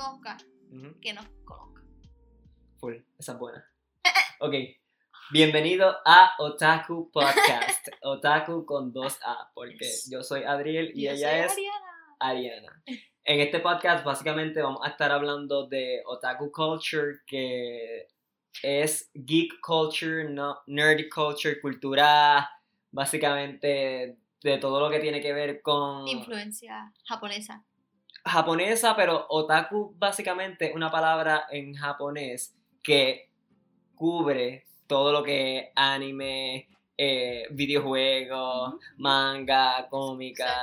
conozca, que nos conozca. Full, esa es buena. Ok, bienvenido a Otaku Podcast. Otaku con 2A, porque yo soy Adriel y ella es Ariana. En este podcast básicamente vamos a estar hablando de Otaku Culture, que es geek culture, nerd culture, cultura, básicamente de todo lo que tiene que ver con... Influencia japonesa. Japonesa, pero otaku básicamente es una palabra en japonés que cubre todo lo que es anime, videojuegos, manga, cómica,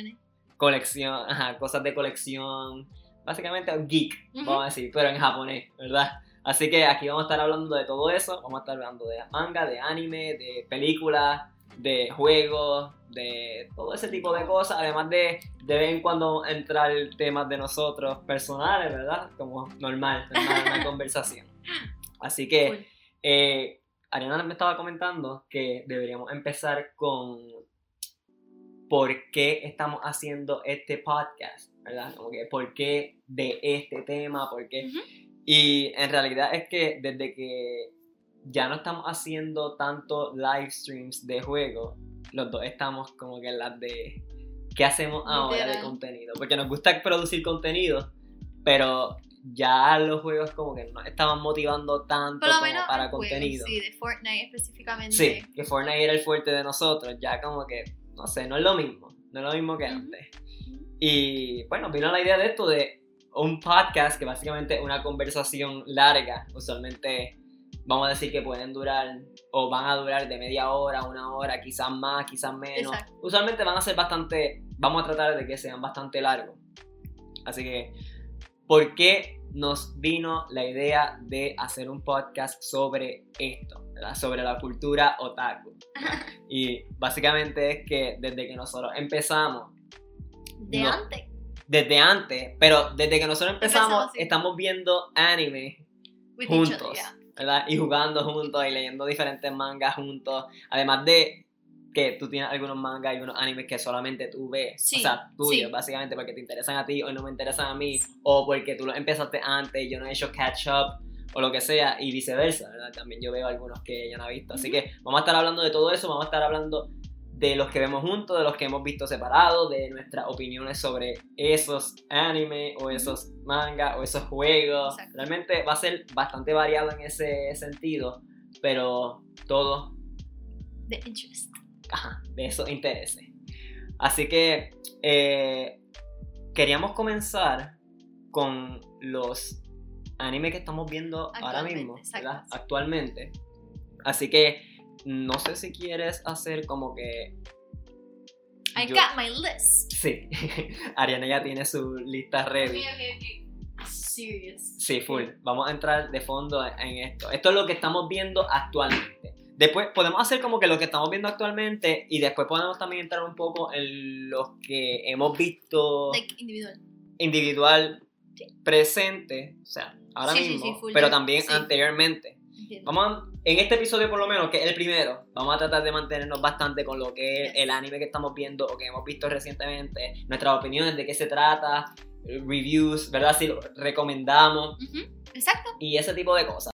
cosas de colección, básicamente geek, vamos a decir, pero en japonés, ¿verdad? Así que aquí vamos a estar hablando de todo eso, vamos a estar hablando de manga, de anime, de películas, de juegos, de todo ese tipo de cosas, además de vez en cuando entrar temas de nosotros personales, ¿verdad? Como normal, una conversación. Así que Ariana me estaba comentando que deberíamos empezar con por qué estamos haciendo este podcast, ¿verdad? Como que por qué de este tema, por qué... Y en realidad es que desde que ya no estamos haciendo tanto live streams de juegos, los dos estamos como que en las de qué hacemos ahora de contenido, porque nos gusta producir contenido, pero ya los juegos como que no estaban motivando tanto como para contenido. Sí, de Fortnite específicamente. Sí, que Fortnite era el fuerte de nosotros, ya como que, no sé, no es lo mismo que antes. Y bueno, vino la idea de esto de un podcast que básicamente es una conversación larga, usualmente vamos a decir que pueden durar o van a durar de media hora, una hora, quizás más, quizás menos. Exacto. Usualmente van a ser vamos a tratar de que sean bastante largos. Así que, ¿por qué nos vino la idea de hacer un podcast sobre esto, ¿verdad? Sobre la cultura otaku? Y básicamente es que desde que nosotros empezamos... Desde antes, pero desde que nosotros empezamos sí. Estamos viendo anime juntos. ¿Verdad? Y jugando juntos y leyendo diferentes mangas juntos. Además de que tú tienes algunos mangas y algunos animes que solamente tú ves. Sí, o sea, tuyos, básicamente, porque te interesan a ti o no me interesan a mí. Sí. O porque tú los empezaste antes y yo no he hecho catch up o lo que sea. Y viceversa, ¿verdad? También yo veo algunos que ella no ha visto. Así que vamos a estar hablando de todo eso. Vamos a estar hablando de los que vemos juntos, de los que hemos visto separados, de nuestras opiniones sobre esos anime o esos mangas o esos juegos. Exacto. Realmente va a ser bastante variado en ese sentido, pero todo de interest. Ajá, de esos intereses. Así que queríamos comenzar con los animes que estamos viendo ahora mismo, ¿verdad? Actualmente. Así que no sé si quieres hacer como que... I got my list. Sí, Ariana ya tiene su lista ready. Okay. Serious. Sí, full. Vamos a entrar de fondo en esto. Esto es lo que estamos viendo actualmente. Después podemos hacer como que lo que estamos viendo actualmente y después podemos también entrar un poco en los que hemos visto... Like individual, presente, o sea, ahora mismo, pero también anteriormente. En este episodio por lo menos, que es el primero, vamos a tratar de mantenernos bastante con lo que es el anime que estamos viendo o que hemos visto recientemente, nuestras opiniones de qué se trata, reviews, ¿verdad? Si lo recomendamos. Exacto. Y ese tipo de cosas.